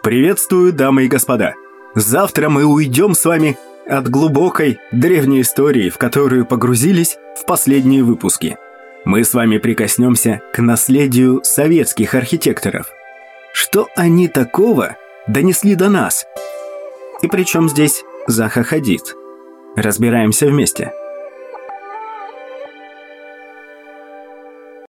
Приветствую, дамы и господа. Завтра мы уйдем с вами от глубокой древней истории, в которую погрузились в последние выпуски. Мы с вами прикоснемся к наследию советских архитекторов. Что они такого донесли до нас? И при чем здесь Заха Хадид? Разбираемся вместе.